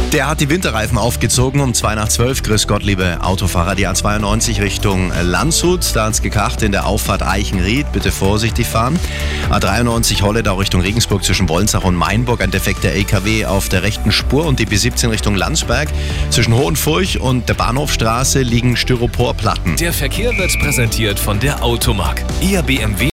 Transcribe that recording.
Der hat die Winterreifen aufgezogen um 11:02. Grüß Gott, liebe Autofahrer. Die A92 Richtung Landshut, da hat's gekracht in der Auffahrt Eichenried. Bitte vorsichtig fahren. A93 Holledau Richtung Regensburg zwischen Wolnsach und Mainburg. Ein defekter LKW auf der rechten Spur. Und die B17 Richtung Landsberg. Zwischen Hohenfurch und der Bahnhofstraße liegen Styroporplatten. Der Verkehr wird präsentiert von der Automark. Ihr BMW